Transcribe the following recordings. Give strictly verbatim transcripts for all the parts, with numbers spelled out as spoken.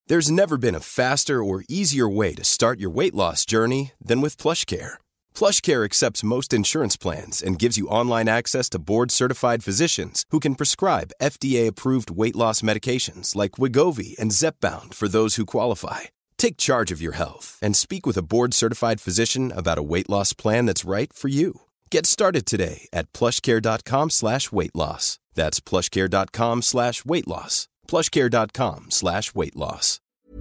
There's never been a faster or easier way to start your weight loss journey than with PlushCare. PlushCare accepts most insurance plans and gives you online access to board-certified physicians who can prescribe F D A-approved weight loss medications like Wegovy and Zepbound for those who qualify. Take charge of your health and speak with a board-certified physician about a weight loss plan that's right for you. Get started today at plushcare.com slash weight loss. That's plushcare.com slash weight loss. plushcare.com slash weight loss.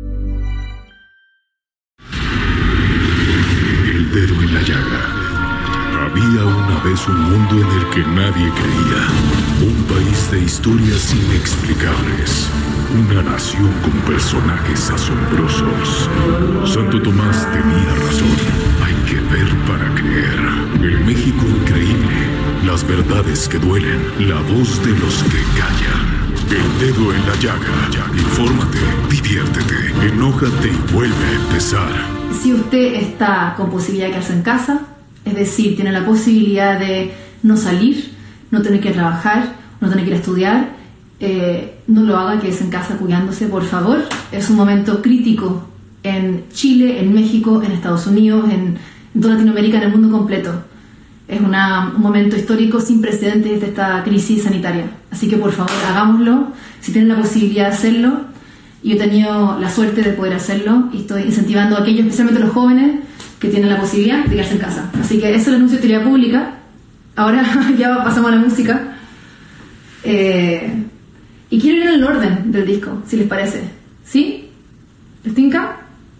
El dedo en la llaga. Había una vez un mundo en el que nadie creía. Un país de historias inexplicables. Una nación con personajes asombrosos. Santo Tomás tenía razón. Hay que ver para creer. El México increíble. Las verdades que duelen. La voz de los que callan. El dedo en la llaga. Infórmate, diviértete, enójate y vuelve a empezar. Si usted está con posibilidad de quedarse en casa, es decir, tiene la posibilidad de no salir, no tener que trabajar, no tener que ir a estudiar, eh, no lo haga, quédese en casa cuidándose, por favor. Es un momento crítico en Chile, en México, en Estados Unidos, en, en toda Latinoamérica, en el mundo completo. Es una, un momento histórico sin precedentes de esta crisis sanitaria. Así que por favor, hagámoslo. Si tienen la posibilidad de hacerlo, yo he tenido la suerte de poder hacerlo y estoy incentivando a aquellos, especialmente los jóvenes, que tienen la posibilidad de quedarse en casa. Así que ese es el anuncio de utilidad pública. Ahora ya pasamos a la música. Eh, y quiero ir en el orden del disco, si les parece. ¿Sí? ¿Les tinca?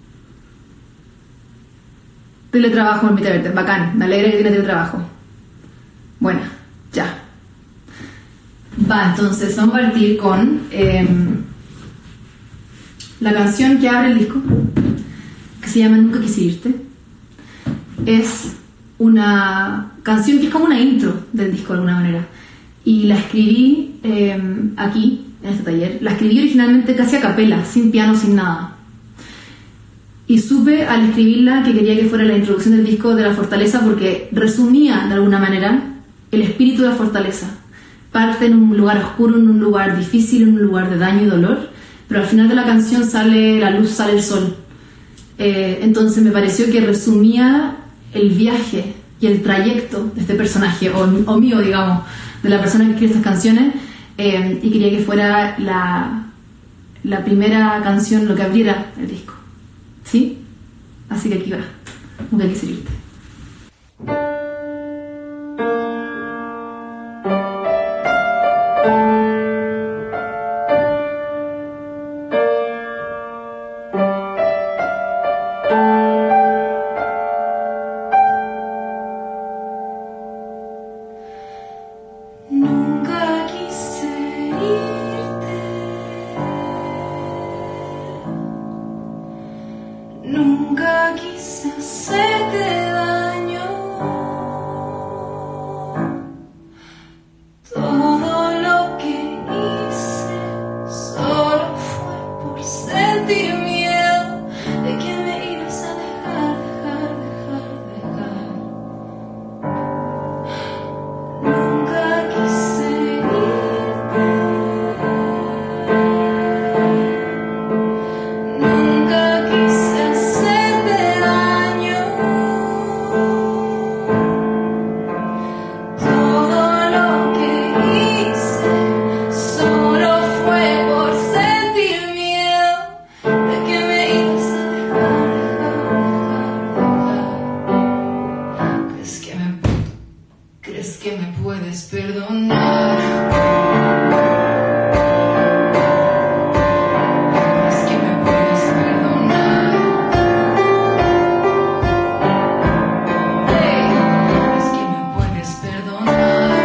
Teletrabajo en Verte, bacán, me alegra que tiene teletrabajo. Bueno, ya. Va, entonces vamos a partir con eh, la canción que abre el disco, que se llama Nunca Quise Irte. Es una canción que es como una intro del disco de alguna manera. Y la escribí eh, aquí, en este taller. La escribí originalmente casi a capela, sin piano, sin nada. Y supe al escribirla que quería que fuera la introducción del disco de La Fortaleza porque resumía de alguna manera el espíritu de la fortaleza. Parte en un lugar oscuro, en un lugar difícil, en un lugar de daño y dolor, pero al final de la canción sale la luz, sale el sol. Eh, entonces me pareció que resumía el viaje y el trayecto de este personaje, o, o mío, digamos, de la persona que escribe estas canciones, eh, y quería que fuera la, la primera canción, lo que abriera el disco. ¿Sí? Así que aquí va. Nunca Quise Irte. Nunca quise irte. Nunca quise hacerte daño. Todo lo que hice solo fue por sentir miedo de que me ibas a dejar, dejar, dejar, dejar. Nunca quise irte. Nunca quise hacerte daño. Todo lo que hice solo fue por sentir miedo de que me ibas a dejar, dejar, dejar, dejar. ¿Crees que me, crees que me puedes perdonar? ¿Crees que me puedes perdonar? Hey, ¿crees que me puedes perdonar?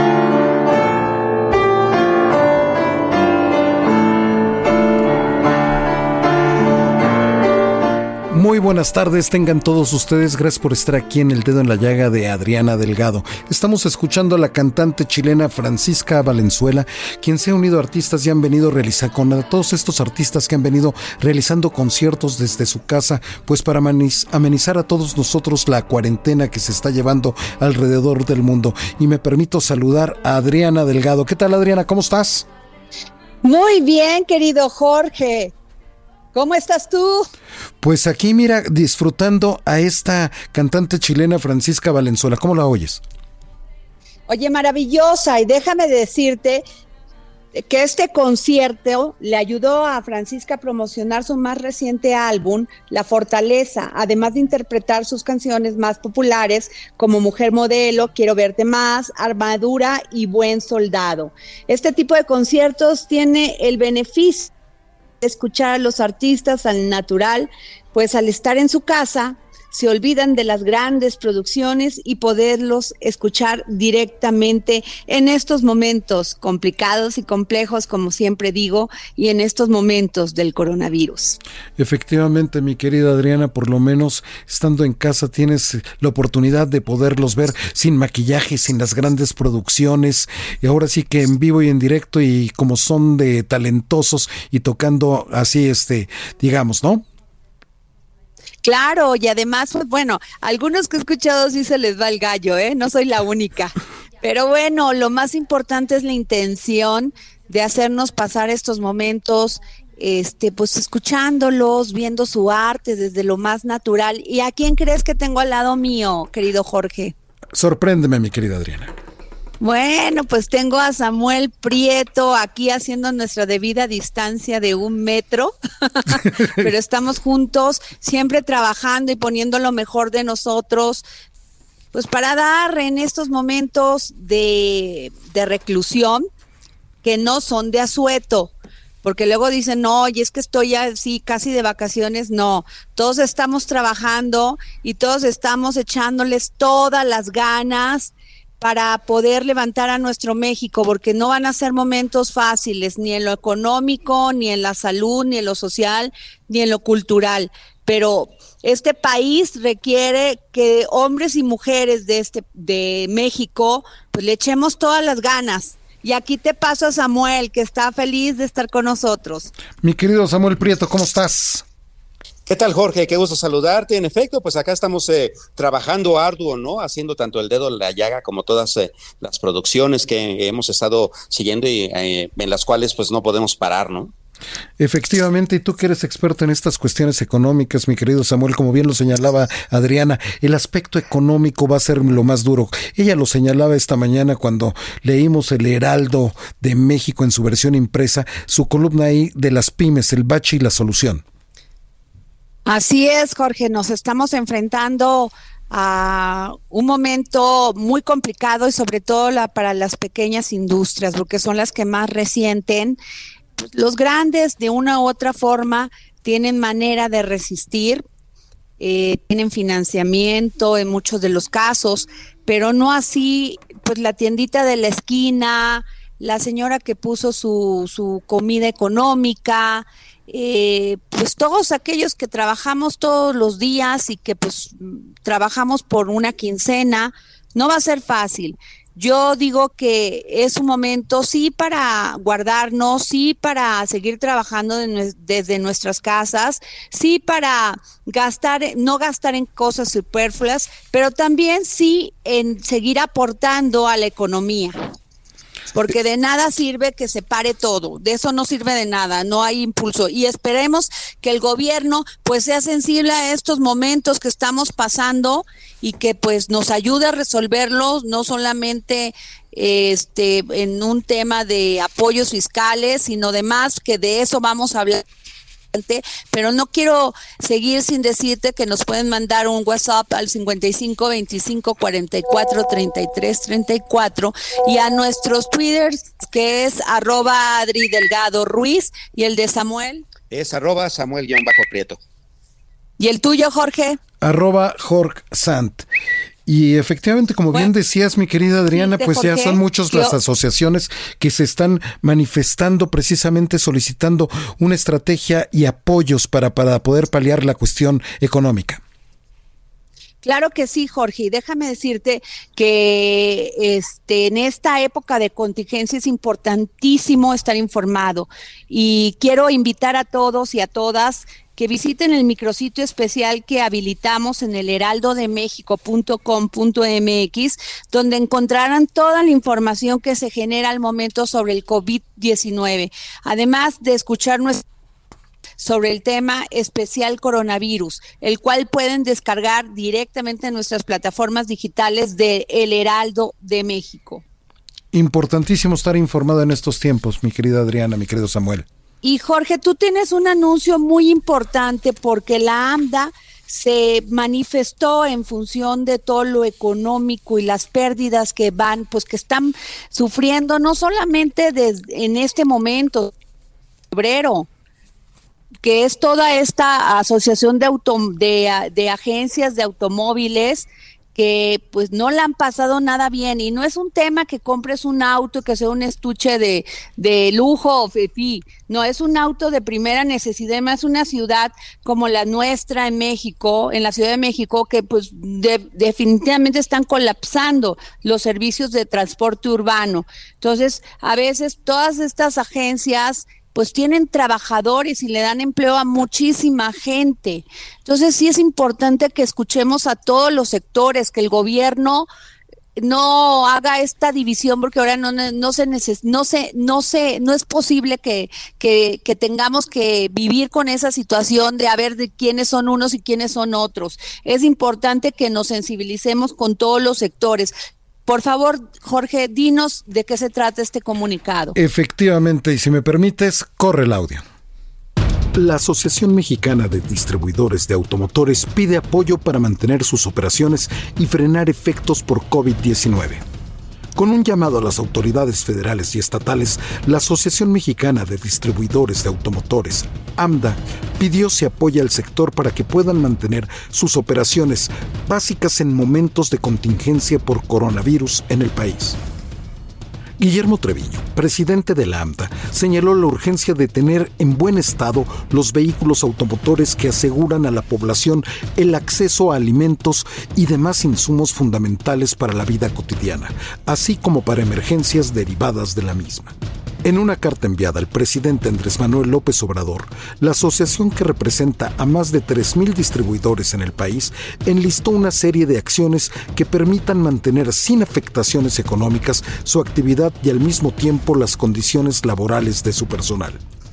Muy buenas tardes, tengan todos ustedes. Gracias por estar aquí en El Dedo en la Llaga de Adriana Delgado. Estamos escuchando a la cantante chilena Francisca Valenzuela, quien se ha unido a artistas y han venido a realizar con a todos estos artistas que han venido realizando conciertos desde su casa, pues para amenizar a todos nosotros la cuarentena que se está llevando alrededor del mundo. Y me permito saludar a Adriana Delgado. ¿Qué tal, Adriana? ¿Cómo estás? Muy bien, querido Jorge. ¿Cómo estás tú? Pues aquí, mira, disfrutando a esta cantante chilena Francisca Valenzuela. ¿Cómo la oyes? Oye, maravillosa, y déjame decirte que este concierto le ayudó a Francisca a promocionar su más reciente álbum, La Fortaleza, además de interpretar sus canciones más populares como Mujer Modelo, Quiero Verte Más, Armadura y Buen Soldado. Este tipo de conciertos tiene el beneficio de escuchar a los artistas al natural, pues al estar en su casa se olvidan de las grandes producciones y poderlos escuchar directamente en estos momentos complicados y complejos, como siempre digo, y en estos momentos del coronavirus. Efectivamente, mi querida Adriana, por lo menos estando en casa tienes la oportunidad de poderlos ver sin maquillaje, sin las grandes producciones, y ahora sí que en vivo y en directo, y como son de talentosos y tocando así, este, digamos, ¿no? Claro, y además, pues bueno, algunos que he escuchado sí se les va el gallo, ¿eh? No soy la única. Pero bueno, lo más importante es la intención de hacernos pasar estos momentos, este, pues escuchándolos, viendo su arte desde lo más natural. ¿Y a quién crees que tengo al lado mío, querido Jorge? Sorpréndeme, mi querida Adriana. Bueno, pues tengo a Samuel Prieto aquí haciendo nuestra debida distancia de un metro, pero estamos juntos, siempre trabajando y poniendo lo mejor de nosotros, pues para dar en estos momentos de, de reclusión, que no son de asueto, porque luego dicen, no, oye, es que estoy así casi de vacaciones. No, todos estamos trabajando y todos estamos echándoles todas las ganas para poder levantar a nuestro México, porque no van a ser momentos fáciles, ni en lo económico, ni en la salud, ni en lo social, ni en lo cultural. Pero este país requiere que hombres y mujeres de este de México pues le echemos todas las ganas. Y aquí te paso a Samuel, que está feliz de estar con nosotros. Mi querido Samuel Prieto, ¿cómo estás? ¿Qué tal, Jorge? Qué gusto saludarte. En efecto, pues acá estamos eh, trabajando arduo, ¿no? Haciendo tanto El Dedo en la Llaga como todas eh, las producciones que hemos estado siguiendo y eh, en las cuales pues no podemos parar, ¿no? Efectivamente, y tú que eres experto en estas cuestiones económicas, mi querido Samuel, como bien lo señalaba Adriana, el aspecto económico va a ser lo más duro. Ella lo señalaba esta mañana cuando leímos El Heraldo de México en su versión impresa, su columna ahí de las pymes, el bache y la solución. Así es, Jorge, nos estamos enfrentando a un momento muy complicado y sobre todo la, para las pequeñas industrias, porque son las que más resienten. Los grandes, de una u otra forma, tienen manera de resistir, eh, tienen financiamiento en muchos de los casos, pero no así, pues la tiendita de la esquina, la señora que puso su, su comida económica, eh, pues todos aquellos que trabajamos todos los días y que pues trabajamos por una quincena. No va a ser fácil. Yo digo que es un momento sí para guardarnos, sí para seguir trabajando de, desde nuestras casas, sí para gastar, no gastar en cosas superfluas, pero también sí en seguir aportando a la economía. Porque de nada sirve que se pare todo, de eso no sirve de nada, no hay impulso. Y esperemos que el gobierno pues sea sensible a estos momentos que estamos pasando y que pues nos ayude a resolverlos, no solamente este en un tema de apoyos fiscales, sino demás, que de eso vamos a hablar. Pero no quiero seguir sin decirte que nos pueden mandar un WhatsApp al cincuenta y cinco veinticinco cuarenta y cuatro treinta y tres treinta y cuatro y a nuestros Twitters, que es arroba Adri Delgado Ruiz, y el de Samuel es arroba Samuel-Prieto. ¿Y el tuyo, Jorge? Arroba Jorge Sant. Y efectivamente, como bueno, bien decías, mi querida Adriana, pues ya son muchas las asociaciones que se están manifestando, precisamente solicitando una estrategia y apoyos para, para poder paliar la cuestión económica. Claro que sí, Jorge, y déjame decirte que este, en esta época de contingencia es importantísimo estar informado, y quiero invitar a todos y a todas que visiten el micrositio especial que habilitamos en el heraldo de méxico punto com punto m x, donde encontrarán toda la información que se genera al momento sobre el COVID diecinueve, además de escuchar nuestra sobre el tema especial coronavirus, el cual pueden descargar directamente en nuestras plataformas digitales de El Heraldo de México. Importantísimo estar informado en estos tiempos, mi querida Adriana, mi querido Samuel. Y Jorge, tú tienes un anuncio muy importante porque la AMDA se manifestó en función de todo lo económico y las pérdidas que van, pues que están sufriendo no solamente desde en este momento, febrero, que es toda esta asociación de, auto, de, de agencias de automóviles que pues no le han pasado nada bien, y no es un tema que compres un auto que sea un estuche de, de lujo o fifí, no, es un auto de primera necesidad, más una ciudad como la nuestra en México, en la Ciudad de México, que pues de, definitivamente están colapsando los servicios de transporte urbano. Entonces, a veces todas estas agencias pues tienen trabajadores y le dan empleo a muchísima gente. Entonces sí es importante que escuchemos a todos los sectores, que el gobierno no haga esta división, porque ahora no, no se neces, no se, no se, no es posible que, que, que tengamos que vivir con esa situación de a ver de quiénes son unos y quiénes son otros. Es importante que nos sensibilicemos con todos los sectores. Por favor, Jorge, dinos de qué se trata este comunicado. Efectivamente, y si me permites, corre el audio. La Asociación Mexicana de Distribuidores de Automotores pide apoyo para mantener sus operaciones y frenar efectos por COVID diecinueve. Con un llamado a las autoridades federales y estatales, la Asociación Mexicana de Distribuidores de Automotores, AMDA, pidió se apoye al sector para que puedan mantener sus operaciones básicas en momentos de contingencia por coronavirus en el país. Guillermo Treviño, presidente de la AMDA, señaló la urgencia de tener en buen estado los vehículos automotores que aseguran a la población el acceso a alimentos y demás insumos fundamentales para la vida cotidiana, así como para emergencias derivadas de la misma. En una carta enviada al presidente Andrés Manuel López Obrador, la asociación, que representa a más de tres mil distribuidores en el país, enlistó una serie de acciones que permitan mantener sin afectaciones económicas su actividad y al mismo tiempo las condiciones laborales de su personal.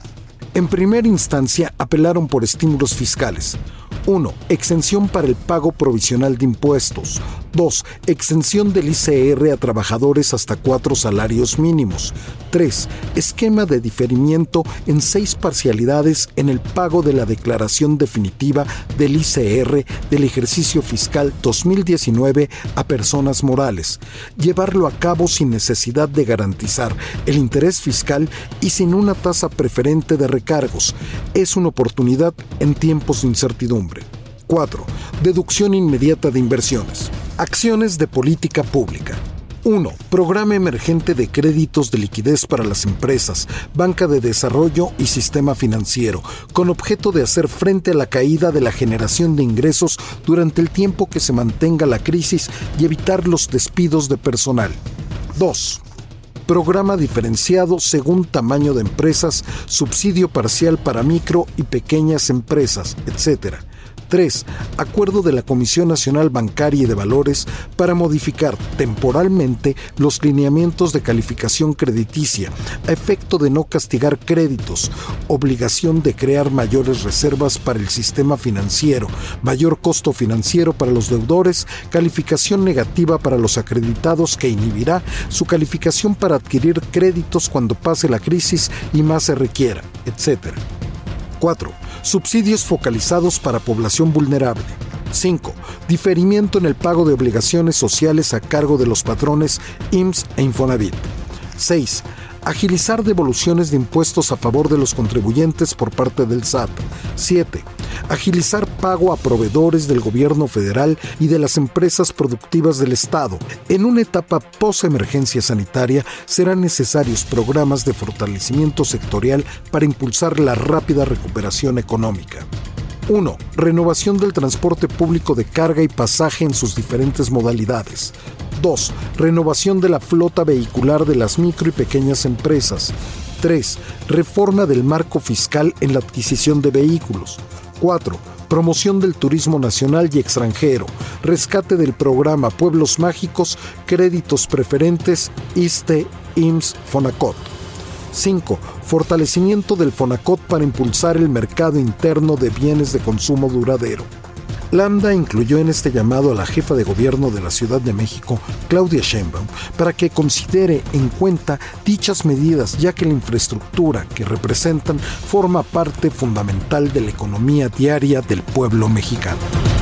En primera instancia, apelaron por estímulos fiscales. uno. Exención para el pago provisional de impuestos. dos. Exención del I C R a trabajadores hasta cuatro salarios mínimos. tres. Esquema de diferimiento en seis parcialidades en el pago de la declaración definitiva del I C R del ejercicio fiscal dos mil diecinueve a personas morales. Llevarlo a cabo sin necesidad de garantizar el interés fiscal y sin una tasa preferente de recargos. Es una oportunidad en tiempos de incertidumbre. cuatro. Deducción inmediata de inversiones. Acciones de política pública. uno. Programa emergente de créditos de liquidez para las empresas, banca de desarrollo y sistema financiero, con objeto de hacer frente a la caída de la generación de ingresos durante el tiempo que se mantenga la crisis y evitar los despidos de personal. dos. Programa diferenciado según tamaño de empresas, subsidio parcial para micro y pequeñas empresas, etcétera. tres. Acuerdo de la Comisión Nacional Bancaria y de Valores para modificar temporalmente los lineamientos de calificación crediticia a efecto de no castigar créditos, obligación de crear mayores reservas para el sistema financiero, mayor costo financiero para los deudores, calificación negativa para los acreditados que inhibirá su calificación para adquirir créditos cuando pase la crisis y más se requiera, etcétera. cuatro. Subsidios focalizados para población vulnerable. cinco. Diferimiento en el pago de obligaciones sociales a cargo de los patrones I M S S e Infonavit. seis. Agilizar devoluciones de impuestos a favor de los contribuyentes por parte del S A T. siete. Agilizar pago a proveedores del gobierno federal y de las empresas productivas del Estado. En una etapa post-emergencia sanitaria serán necesarios programas de fortalecimiento sectorial para impulsar la rápida recuperación económica. uno. Renovación del transporte público de carga y pasaje en sus diferentes modalidades. dos. Renovación de la flota vehicular de las micro y pequeñas empresas. tres. Reforma del marco fiscal en la adquisición de vehículos. cuatro. Promoción del turismo nacional y extranjero. Rescate del programa Pueblos Mágicos, créditos preferentes, I S S S T E, I M S S, Fonacot. cinco. Fortalecimiento del Fonacot para impulsar el mercado interno de bienes de consumo duradero. Lambda incluyó en este llamado a la jefa de gobierno de la Ciudad de México, Claudia Sheinbaum, para que considere en cuenta dichas medidas, ya que la infraestructura que representan forma parte fundamental de la economía diaria del pueblo mexicano.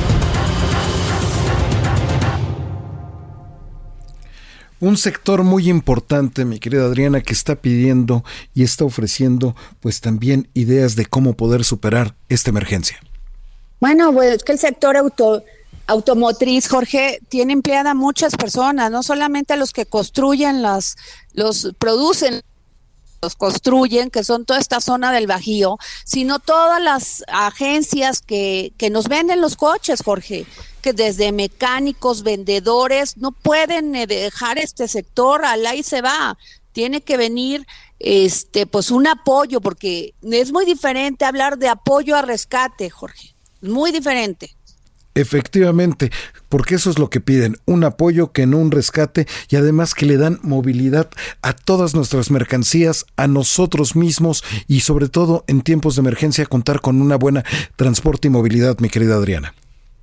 Un sector muy importante, mi querida Adriana, que está pidiendo y está ofreciendo pues también ideas de cómo poder superar esta emergencia. Bueno, pues es que el sector auto, automotriz, Jorge, tiene empleada a muchas personas, no solamente a los que construyen las, los producen, los construyen, que son toda esta zona del Bajío, sino todas las agencias que, que nos venden los coches, Jorge, que desde mecánicos, vendedores, no pueden dejar este sector, al ahí se va. Tiene que venir este pues un apoyo, porque es muy diferente hablar de apoyo a rescate, Jorge. Muy diferente. Efectivamente, porque eso es lo que piden, un apoyo que no un rescate, y además que le dan movilidad a todas nuestras mercancías, a nosotros mismos, y sobre todo en tiempos de emergencia contar con una buena transporte y movilidad, mi querida Adriana.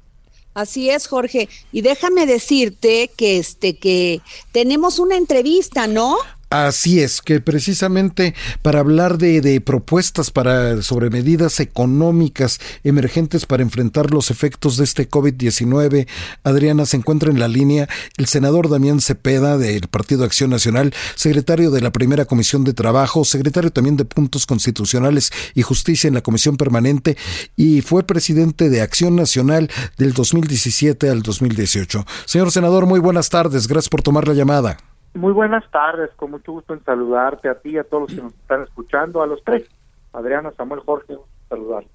Así es, Jorge, y déjame decirte que este que tenemos una entrevista, ¿no? Así es, que precisamente para hablar de, de propuestas para sobre medidas económicas emergentes para enfrentar los efectos de este COVID diecinueve, Adriana, se encuentra en la línea el senador Damián Cepeda del Partido Acción Nacional, secretario de la Primera Comisión de Trabajo, secretario también de Puntos Constitucionales y Justicia en la Comisión Permanente, y fue presidente de Acción Nacional del dos mil diecisiete al dos mil dieciocho. Señor senador, muy buenas tardes, gracias por tomar la llamada. Muy buenas tardes, con mucho gusto en saludarte a ti y a todos los que nos están escuchando, a los tres, Adriana, Samuel, Jorge, saludarlos.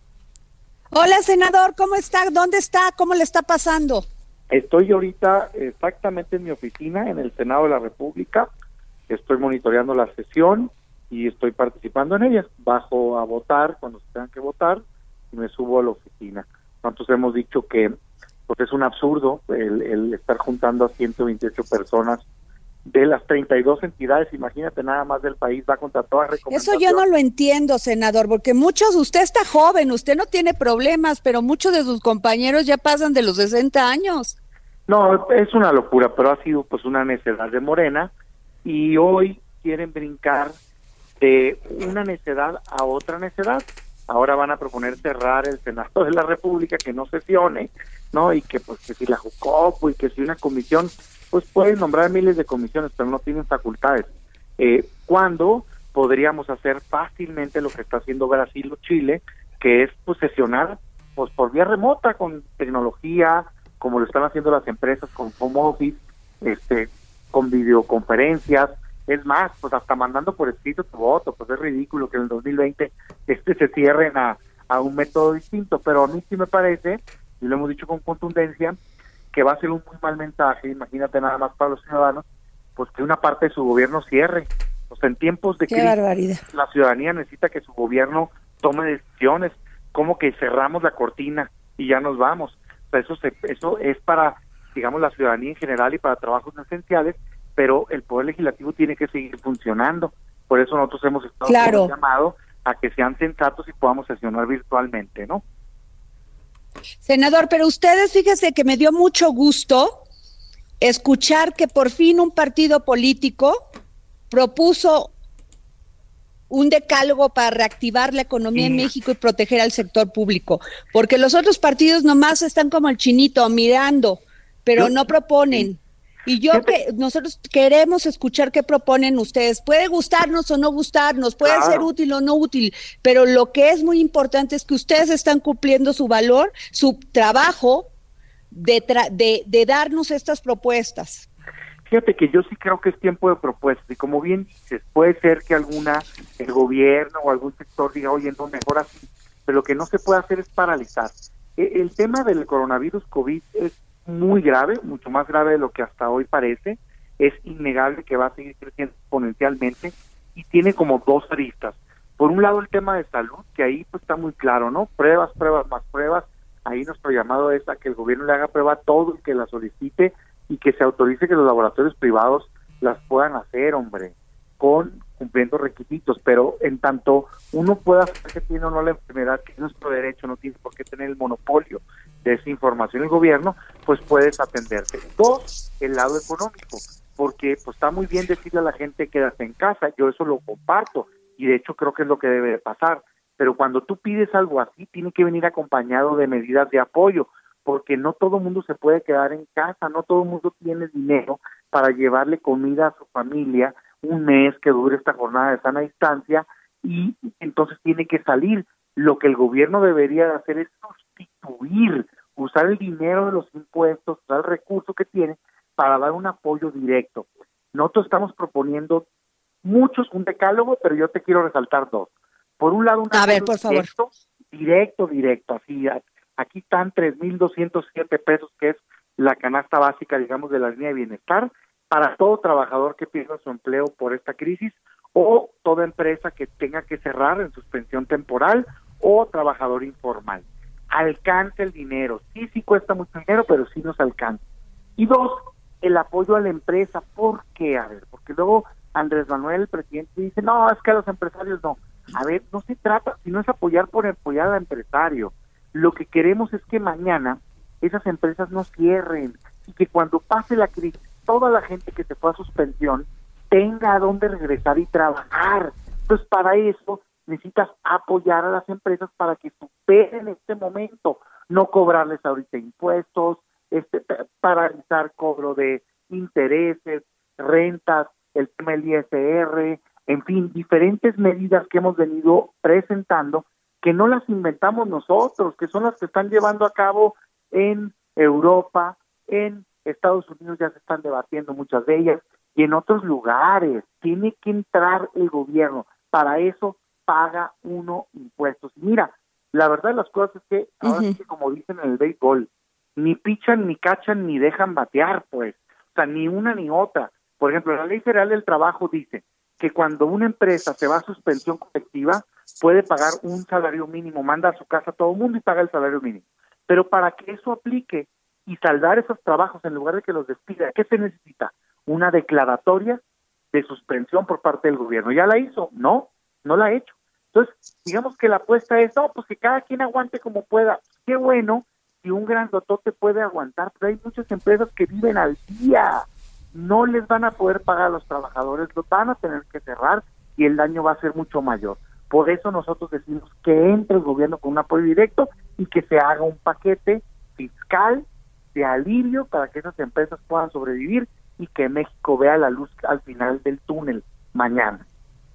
Hola, senador, ¿cómo está? ¿Dónde está? ¿Cómo le está pasando? Estoy ahorita exactamente en mi oficina, en el Senado de la República, estoy monitoreando la sesión y estoy participando en ella, bajo a votar cuando se tengan que votar y me subo a la oficina. Nosotros hemos dicho que pues es un absurdo el, el estar juntando a ciento veintiocho personas de las treinta y dos entidades, imagínate, nada más del país, va contra todas las recomendaciones. Eso yo no lo entiendo, senador, porque muchos, usted está joven, usted no tiene problemas, pero muchos de sus compañeros ya pasan de los sesenta años. No, es una locura, pero ha sido pues una necedad de Morena, y hoy quieren brincar de una necedad a otra necedad. Ahora van a proponer cerrar el Senado de la República, que no sesione, ¿no? Y que pues que si la Jucopo y que si una comisión, pues pueden nombrar miles de comisiones, pero no tienen facultades. Eh, ¿Cuándo podríamos hacer fácilmente lo que está haciendo Brasil o Chile, que es pues sesionar pues por vía remota, con tecnología, como lo están haciendo las empresas, con home office, este, con videoconferencias? Es más, pues hasta mandando por escrito tu voto. Pues es ridículo que en el dos mil veinte este se cierren a, a un método distinto, pero a mí sí me parece, y lo hemos dicho con contundencia, que va a ser un muy mal mensaje, imagínate nada más para los ciudadanos, pues que una parte de su gobierno cierre. O sea, en tiempos de Qué crisis, barbaridad. La ciudadanía necesita que su gobierno tome decisiones, como que cerramos la cortina y ya nos vamos. O sea, eso, se, eso es para, digamos, la ciudadanía en general y para trabajos esenciales, pero el Poder Legislativo tiene que seguir funcionando. Por eso nosotros hemos estado claro. llamado a que sean sensatos y podamos sesionar virtualmente, ¿no? Senador, pero ustedes, fíjese que me dio mucho gusto escuchar que por fin un partido político propuso un decálogo para reactivar la economía en México y proteger al sector público, porque los otros partidos nomás están como el chinito mirando, pero no proponen. Y yo que nosotros queremos escuchar qué proponen ustedes. Puede gustarnos o no gustarnos, puede claro. ser útil o no útil, pero lo que es muy importante es que ustedes están cumpliendo su valor, su trabajo de, tra- de, de darnos estas propuestas. Fíjate que yo sí creo que es tiempo de propuestas, y como bien dices, puede ser que alguna, el gobierno o algún sector diga, oye, no, mejor así, pero lo que no se puede hacer es paralizar. El tema del coronavirus COVID es muy grave, mucho más grave de lo que hasta hoy parece. Es innegable que va a seguir creciendo exponencialmente y tiene como dos aristas. Por un lado, el tema de salud, que ahí pues está muy claro, ¿no? Pruebas, pruebas, más pruebas. Ahí nuestro llamado es a que el gobierno le haga prueba a todo el que la solicite y que se autorice que los laboratorios privados las puedan hacer, hombre. con cumpliendo requisitos, pero en tanto uno pueda saber que tiene o no la enfermedad, que es nuestro derecho, no tiene por qué tener el monopolio de esa información el gobierno, pues puedes atenderte. Dos, el lado económico, porque pues está muy bien decirle a la gente quédate en casa, yo eso lo comparto, y de hecho creo que es lo que debe de pasar, pero cuando tú pides algo así, tiene que venir acompañado de medidas de apoyo, porque no todo el mundo se puede quedar en casa, no todo el mundo tiene dinero para llevarle comida a su familia un mes que dure esta jornada de sana distancia, y entonces tiene que salir. Lo que el gobierno debería de hacer es sustituir, usar el dinero de los impuestos, usar el recurso que tiene para dar un apoyo directo. Nosotros estamos proponiendo muchos, un decálogo, pero yo te quiero resaltar dos. Por un lado, un a ver, por favor. Directo, directo, directo, así, aquí están tres mil doscientos siete pesos, que es la canasta básica, digamos, de la línea de bienestar, para todo trabajador que pierda su empleo por esta crisis, o toda empresa que tenga que cerrar en suspensión temporal, o trabajador informal. Alcanza el dinero, sí, sí cuesta mucho dinero, pero sí nos alcanza. Y dos, el apoyo a la empresa. ¿Por qué? A ver, porque luego Andrés Manuel, el presidente, dice, no, es que a los empresarios no. A ver, no se trata, sino es apoyar por apoyar al empresario. Lo que queremos es que mañana esas empresas no cierren, y que cuando pase la crisis, toda la gente que se fue a suspensión tenga a dónde regresar y trabajar. Entonces, para eso necesitas apoyar a las empresas para que superen este momento, no cobrarles ahorita impuestos, este paralizar cobro de intereses, rentas, el tema del I S R, en fin, diferentes medidas que hemos venido presentando, que no las inventamos nosotros, que son las que están llevando a cabo en Europa, en Estados Unidos ya se están debatiendo muchas de ellas, y en otros lugares. Tiene que entrar el gobierno. Para eso paga uno impuestos. Mira, la verdad de las cosas es que ahora uh-huh. sí que, como dicen en el béisbol, ni pichan, ni cachan, ni dejan batear, pues. O sea, ni una ni otra. Por ejemplo, la Ley Federal del Trabajo dice que cuando una empresa se va a suspensión colectiva, puede pagar un salario mínimo, manda a su casa a todo el mundo y paga el salario mínimo. Pero para que eso aplique y saldar esos trabajos en lugar de que los despida, ¿qué se necesita? Una declaratoria de suspensión por parte del gobierno. ¿Ya la hizo? No, no la ha hecho. Entonces, digamos que la apuesta es, no, pues que cada quien aguante como pueda. Qué bueno si un grandotote puede aguantar, pero hay muchas empresas que viven al día. No les van a poder pagar a los trabajadores, lo van a tener que cerrar y el daño va a ser mucho mayor. Por eso nosotros decimos que entre el gobierno con un apoyo directo y que se haga un paquete fiscal de alivio para que esas empresas puedan sobrevivir y que México vea la luz al final del túnel mañana.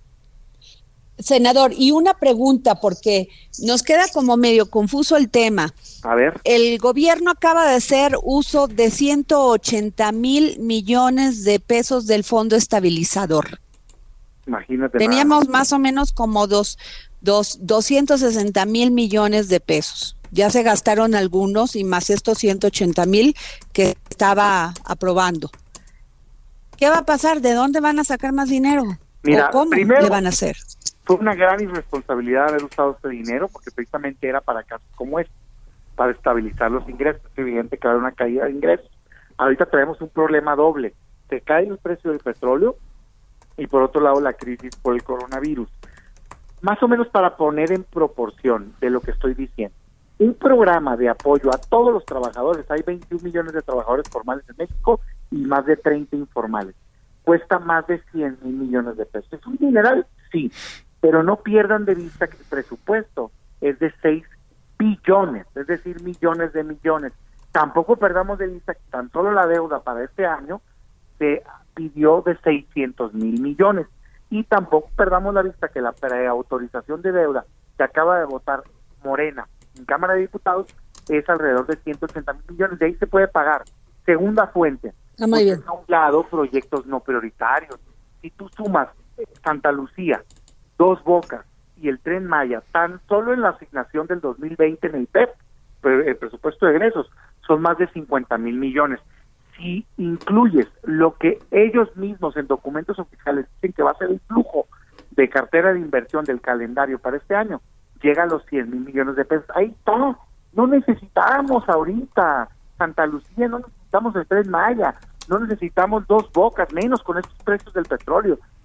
Senador, y una pregunta, porque nos queda como medio confuso el tema. A ver. El gobierno acaba de hacer uso de ciento ochenta mil millones de pesos del Fondo Estabilizador. Imagínate. Teníamos nada. más o menos como dos, dos, doscientos sesenta mil millones de pesos. Ya se gastaron algunos y más estos ciento ochenta mil que estaba aprobando. ¿Qué va a pasar? ¿De dónde van a sacar más dinero? Mira, ¿O cómo primero, le van a hacer? Fue una gran irresponsabilidad haber usado este dinero, porque precisamente era para casos como este, para estabilizar los ingresos. Es evidente que va a haber una caída de ingresos. Ahorita tenemos un problema doble. Se cae el precio del petróleo y por otro lado la crisis por el coronavirus. Más o menos para poner en proporción de lo que estoy diciendo. Un programa de apoyo a todos los trabajadores, hay veintiún millones de trabajadores formales en México y más de treinta informales. Cuesta más de cien mil millones de pesos. ¿Es un dineral? Sí, pero no pierdan de vista que el presupuesto es de seis billones, es decir, millones de millones. Tampoco perdamos de vista que tan solo la deuda para este año se pidió de seiscientos mil millones. Y tampoco perdamos la vista que la preautorización de deuda que acaba de votar Morena en Cámara de Diputados es alrededor de ciento ochenta mil millones. De ahí se puede pagar. Segunda fuente. Ah, muy bien. A un lado, proyectos no prioritarios. Si tú sumas Santa Lucía, Dos Bocas y el Tren Maya, tan solo en la asignación del dos mil veinte en el P E P, el presupuesto de egresos, son más de cincuenta mil millones. Si incluyes lo que ellos mismos en documentos oficiales dicen que va a ser el flujo de cartera de inversión del calendario para este año, llega a los cien mil millones de pesos. Ahí está. No necesitamos ahorita Santa Lucía, no necesitamos el Tren Maya, no necesitamos Dos Bocas, menos con estos precios del petróleo.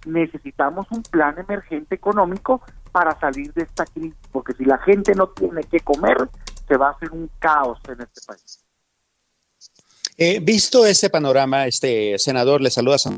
necesitamos un plan emergente económico para salir de esta crisis, porque si la gente no tiene que comer, se va a hacer un caos en este país. Eh, visto ese panorama, este senador, le saluda a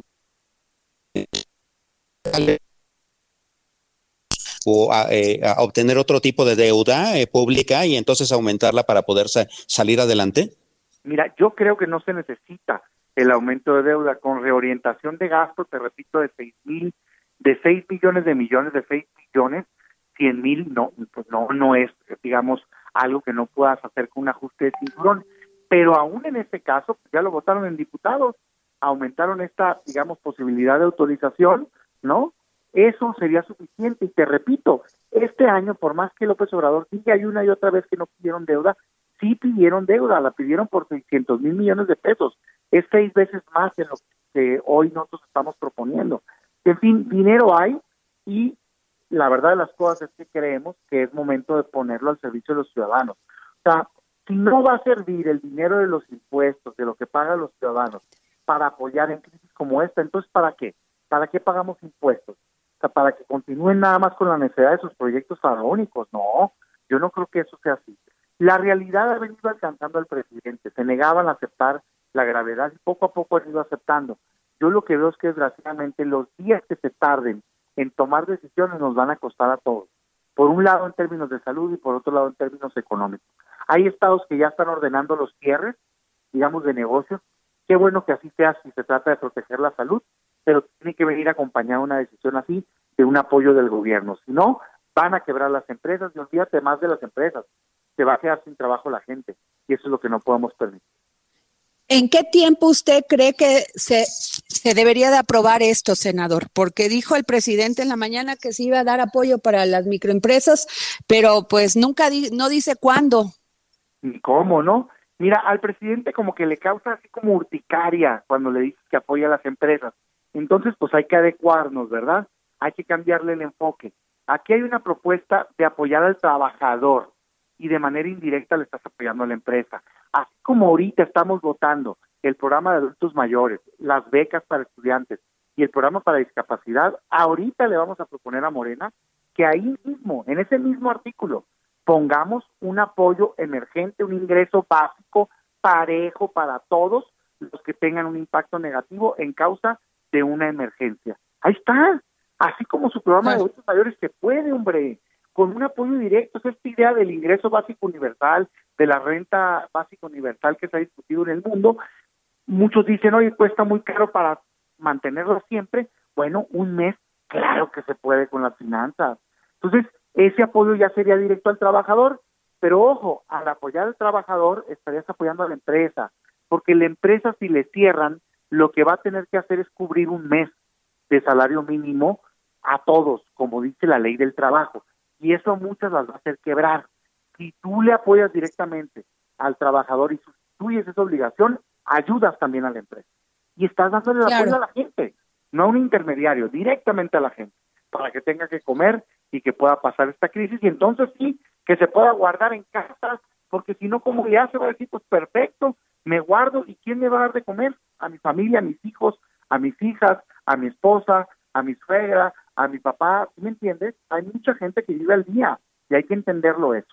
o a, eh, a obtener otro tipo de deuda eh, pública y entonces aumentarla para poder sa- salir adelante? Mira, yo creo que no se necesita el aumento de deuda. Con reorientación de gasto, te repito, de seis mil, de seis millones de millones, de seis billones, cien mil, no, pues no, no es, digamos, algo que no puedas hacer con un ajuste de cinturón. Pero aún en este caso, pues ya lo votaron en diputados, aumentaron esta, digamos, posibilidad de autorización, ¿no? Eso sería suficiente. Y te repito, este año, por más que López Obrador diga hay una y otra vez que no pidieron deuda, sí pidieron deuda, la pidieron por seiscientos mil millones de pesos. Es seis veces más de lo que hoy nosotros estamos proponiendo. En fin, dinero hay y la verdad de las cosas es que creemos que es momento de ponerlo al servicio de los ciudadanos. O sea, si no va a servir el dinero de los impuestos, de lo que pagan los ciudadanos, para apoyar en crisis como esta, entonces ¿para qué? ¿Para qué pagamos impuestos? O sea, para que continúen nada más con la necesidad de sus proyectos faraónicos. No, yo no creo que eso sea así. La realidad ha venido alcanzando al presidente, se negaban a aceptar la gravedad y poco a poco han ido aceptando. Yo lo que veo es que desgraciadamente los días que se tarden en tomar decisiones nos van a costar a todos. Por un lado en términos de salud y por otro lado en términos económicos. Hay estados que ya están ordenando los cierres, digamos, de negocios. Qué bueno que así sea si se trata de proteger la salud, pero tiene que venir acompañada una decisión así de un apoyo del gobierno. Si no, van a quebrar las empresas y olvídate más de las empresas. Se va a quedar sin trabajo la gente y eso es lo que no podemos permitir. ¿En qué tiempo usted cree que se, se debería de aprobar esto, senador? Porque dijo el presidente en la mañana que se iba a dar apoyo para las microempresas, pero pues nunca di, no dice cuándo. ¿Y cómo, no? Mira, al presidente como que le causa así como urticaria cuando le dices que apoya a las empresas. Entonces, pues hay que adecuarnos, ¿verdad? Hay que cambiarle el enfoque. Aquí hay una propuesta de apoyar al trabajador y de manera indirecta le estás apoyando a la empresa. Así como ahorita estamos votando el programa de adultos mayores, las becas para estudiantes y el programa para discapacidad, ahorita le vamos a proponer a Morena que ahí mismo, en ese mismo artículo, pongamos un apoyo emergente, un ingreso básico parejo para todos los que tengan un impacto negativo en causa de una emergencia. Ahí está, así como su programa de adultos mayores se puede, hombre, con un apoyo directo. Es esta idea del ingreso básico universal, de la renta básica universal que se ha discutido en el mundo. Muchos dicen, oye, cuesta muy caro para mantenerlo siempre. Bueno, un mes, claro que se puede con las finanzas. Entonces, ese apoyo ya sería directo al trabajador, pero ojo, al apoyar al trabajador estarías apoyando a la empresa, porque la empresa si le cierran, lo que va a tener que hacer es cubrir un mes de salario mínimo a todos, como dice la ley del trabajo, y eso a muchas las va a hacer quebrar. Si tú le apoyas directamente al trabajador y sustituyes esa obligación, ayudas también a la empresa, y estás dándole el Claro. apoyo a la gente, no a un intermediario, directamente a la gente, para que tenga que comer y que pueda pasar esta crisis, y entonces sí, que se pueda guardar en casa, porque si no, como ya se va a decir, pues perfecto, me guardo, ¿y quién me va a dar de comer? A mi familia, a mis hijos, a mis hijas, a mi esposa, a mi suegra, a mi papá, ¿sí me entiendes? Hay mucha gente que vive al día, y hay que entenderlo eso.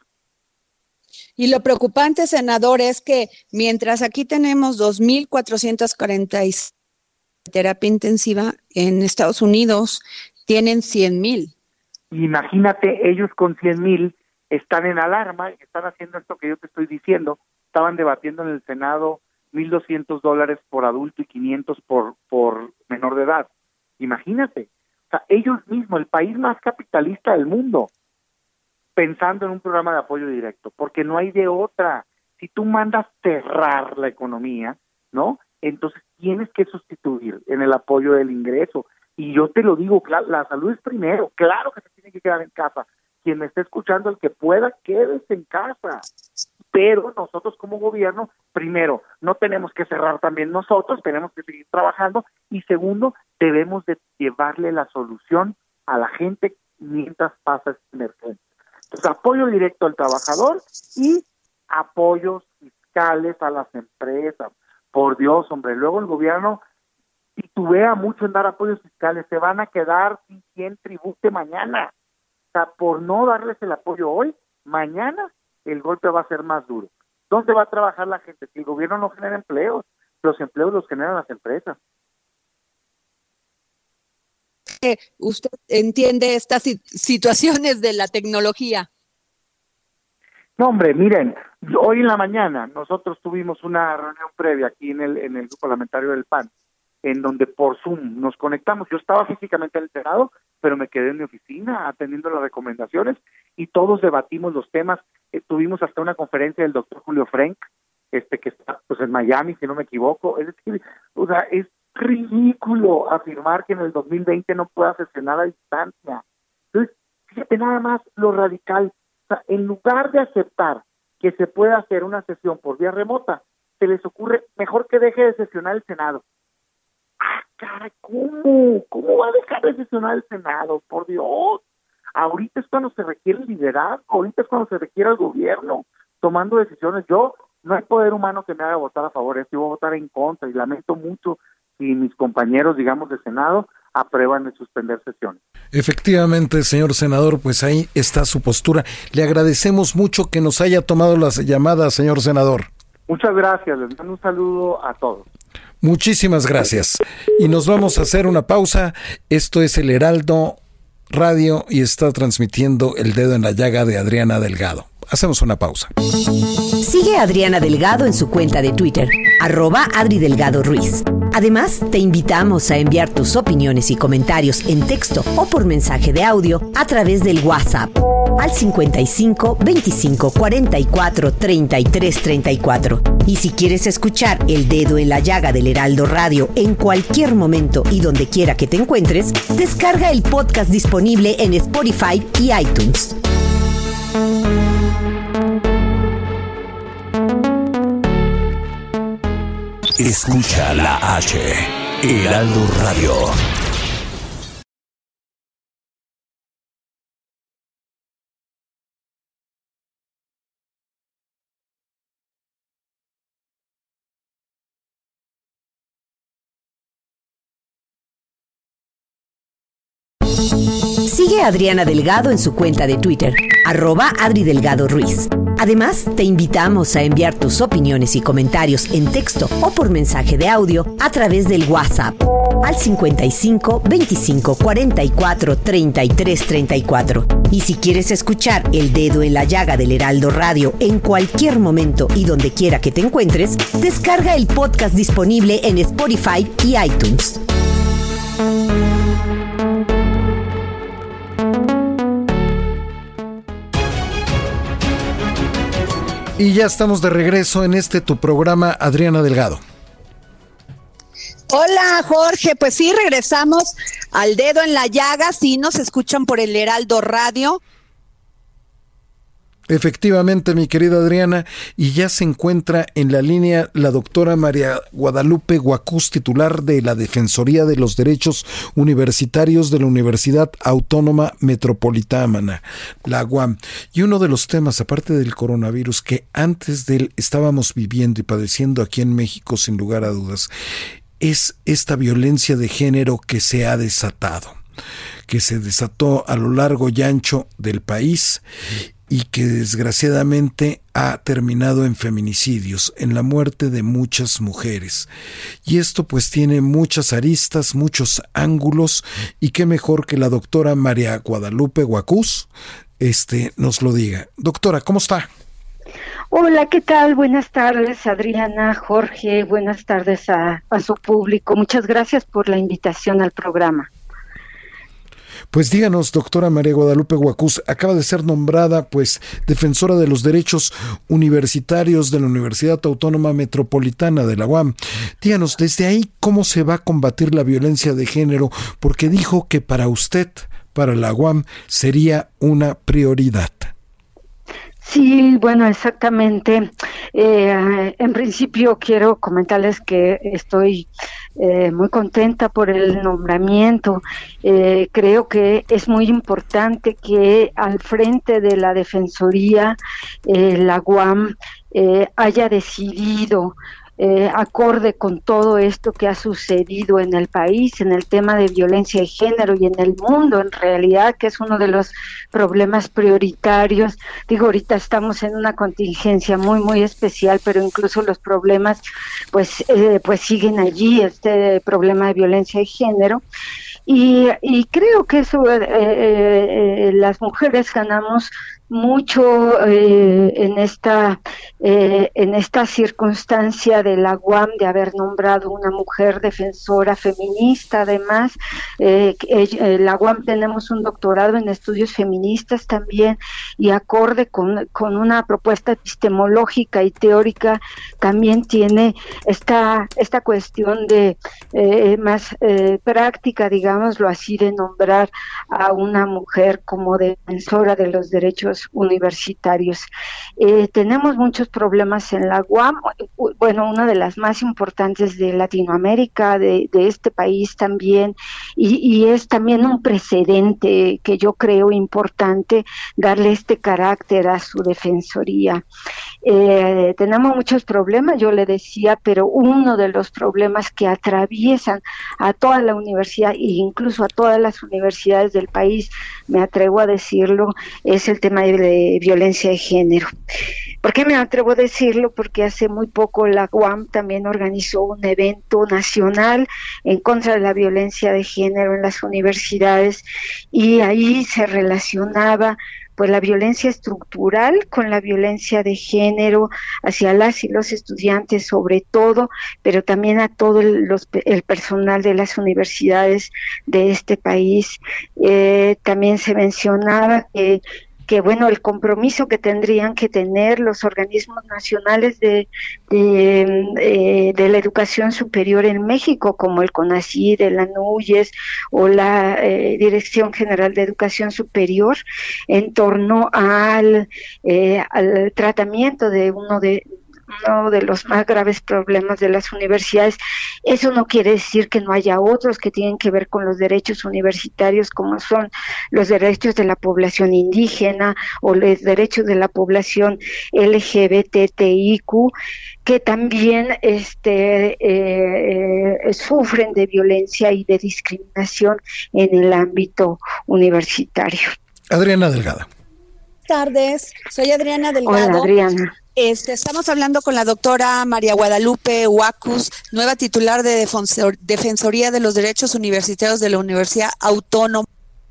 Y lo preocupante, senador, es que mientras aquí tenemos dos mil cuatrocientos cuarenta y seis terapia intensiva, en Estados Unidos tienen cien mil. Imagínate, ellos con cien mil están en alarma y están haciendo esto que yo te estoy diciendo. Estaban debatiendo en el Senado mil doscientos dólares por adulto y quinientos por, por menor de edad. Imagínate. O sea, ellos mismos, el país más capitalista del mundo, pensando en un programa de apoyo directo, porque no hay de otra. Si tú mandas cerrar la economía, ¿no? Entonces tienes que sustituir en el apoyo del ingreso. Y yo te lo digo, claro, la salud es primero, claro que se tiene que quedar en casa. Quien me esté escuchando, el que pueda, quédese en casa. Pero nosotros como gobierno, primero, no tenemos que cerrar también nosotros, tenemos que seguir trabajando. Y segundo, debemos de llevarle la solución a la gente mientras pasa esta emergencia. Entonces, apoyo directo al trabajador y apoyos fiscales a las empresas. Por Dios, hombre, luego el gobierno titubea mucho en dar apoyos fiscales, se van a quedar sin quien tribute mañana. O sea, por no darles el apoyo hoy, mañana el golpe va a ser más duro. ¿Dónde va a trabajar la gente? Si el gobierno no genera empleos, los empleos los generan las empresas. ¿Usted entiende estas situaciones de la tecnología? No, hombre, miren, hoy en la mañana nosotros tuvimos una reunión previa aquí en el en el grupo parlamentario del P A N, en donde por Zoom nos conectamos. Yo estaba físicamente en el Senado, pero me quedé en mi oficina atendiendo las recomendaciones y todos debatimos los temas. Eh, tuvimos hasta una conferencia del doctor Julio Frenk, este que está pues en Miami, si no me equivoco. Es decir, o sea, es ridículo afirmar que en el dos mil veinte no pueda sesionar a distancia. Entonces, fíjate nada más lo radical. O sea, en lugar de aceptar que se pueda hacer una sesión por vía remota, se les ocurre mejor que deje de sesionar el Senado. ¡Ah, caray! ¿Cómo? ¿Cómo va a dejar de sesionar el Senado? Por Dios. Ahorita es cuando se requiere el liderazgo, ahorita es cuando se requiere el gobierno tomando decisiones. Yo, no hay poder humano que me haga votar a favor de esto, yo voy a votar en contra y lamento mucho si mis compañeros, digamos, de Senado aprueban de suspender sesiones. Efectivamente, señor senador, pues ahí está su postura. Le agradecemos mucho que nos haya tomado las llamadas, señor senador. Muchas gracias, les mando un saludo a todos. Muchísimas gracias. Y nos vamos a hacer una pausa. Esto es el Heraldo Radio y está transmitiendo El Dedo en la Llaga de Adriana Delgado. Hacemos una pausa. Sigue a Adriana Delgado en su cuenta de Twitter, arroba Adri Delgado Ruiz. Además, te invitamos a enviar tus opiniones y comentarios en texto o por mensaje de audio a través del WhatsApp al cincuenta y cinco, veinticinco, cuarenta y cuatro, treinta y tres, treinta y cuatro. Y si quieres escuchar El Dedo en la Llaga del Heraldo Radio en cualquier momento y donde quiera que te encuentres, descarga el podcast disponible en Spotify y iTunes. Escucha la H, Heraldo Radio. Sigue a Adriana Delgado en su cuenta de Twitter, arroba Adri Delgado Ruiz. Además, te invitamos a enviar tus opiniones y comentarios en texto o por mensaje de audio a través del WhatsApp al cincuenta y cinco, veinticinco, cuarenta y cuatro, treinta y tres, treinta y cuatro. Y si quieres escuchar El Dedo en la Llaga del Heraldo Radio en cualquier momento y donde quiera que te encuentres, descarga el podcast disponible en Spotify y iTunes. Y ya estamos de regreso en este tu programa, Adriana Delgado. Hola, Jorge. Pues sí, regresamos al Dedo en la Llaga. Sí, nos escuchan por el Heraldo Radio. Efectivamente, mi querida Adriana, y ya se encuentra en la línea la doctora María Guadalupe Guacús, titular de la Defensoría de los Derechos Universitarios de la Universidad Autónoma Metropolitana, la U A M. Y uno de los temas, aparte del coronavirus, que antes de él estábamos viviendo y padeciendo aquí en México, sin lugar a dudas, es esta violencia de género que se ha desatado, que se desató a lo largo y ancho del país y que desgraciadamente ha terminado en feminicidios, en la muerte de muchas mujeres. Y esto pues tiene muchas aristas, muchos ángulos, y qué mejor que la doctora María Guadalupe Guacús este, nos lo diga. Doctora, ¿cómo está? Hola, ¿qué tal? Buenas tardes, Adriana, Jorge, buenas tardes a, a su público. Muchas gracias por la invitación al programa. Pues díganos, doctora María Guadalupe Guacús, acaba de ser nombrada pues defensora de los derechos universitarios de la Universidad Autónoma Metropolitana de la U A M. Díganos, desde ahí, ¿cómo se va a combatir la violencia de género? Porque dijo que para usted, para la U A M, sería una prioridad. Sí, bueno, exactamente. Eh, en principio quiero comentarles que estoy eh, muy contenta por el nombramiento. Eh, creo que es muy importante que al frente de la Defensoría, eh, la U A M eh, haya decidido eh, acorde con todo esto que ha sucedido en el país, en el tema de violencia de género y en el mundo en realidad, que es uno de los problemas prioritarios. Digo, ahorita estamos en una contingencia muy, muy especial, pero incluso los problemas pues, eh, pues siguen allí, este problema de violencia de género. Y, y creo que eso, eh, eh, las mujeres ganamos mucho eh, en esta eh, en esta circunstancia de la U A M de haber nombrado una mujer defensora feminista. Además, eh, eh, la U A M tenemos un doctorado en estudios feministas también, y acorde con, con una propuesta epistemológica y teórica también tiene esta esta cuestión de eh, más eh, práctica, digámoslo así, de nombrar a una mujer como defensora de los derechos universitarios. Eh, tenemos muchos problemas en la U A M, bueno, una de las más importantes de Latinoamérica, de, de este país también, y, y es también un precedente que yo creo importante darle este carácter a su defensoría. Eh, tenemos muchos problemas, yo le decía, pero uno de los problemas que atraviesan a toda la universidad e incluso a todas las universidades del país, me atrevo a decirlo, es el tema de, de violencia de género. ¿Por qué me atrevo a decirlo? Porque hace muy poco la U A M también organizó un evento nacional en contra de la violencia de género en las universidades, y ahí se relacionaba pues la violencia estructural con la violencia de género hacia las y los estudiantes sobre todo, pero también a todo el, los, el personal de las universidades de este país. Eh, también se mencionaba que que bueno, el compromiso que tendrían que tener los organismos nacionales de, de, de, de la educación superior en México, como el CONACYT, el ANUYES o la eh, Dirección General de Educación Superior, en torno al, eh, al tratamiento de uno de uno de los más graves problemas de las universidades. Eso no quiere decir que no haya otros que tienen que ver con los derechos universitarios, como son los derechos de la población indígena o los derechos de la población L G B T I Q, que también este eh, eh, sufren de violencia y de discriminación en el ámbito universitario. Adriana Delgado. Buenas tardes, soy Adriana Delgado. Hola, Adriana. Este, estamos hablando con la doctora María Guadalupe Huacus, nueva titular de Defensor, Defensoría de los Derechos Universitarios de la Universidad Autónoma.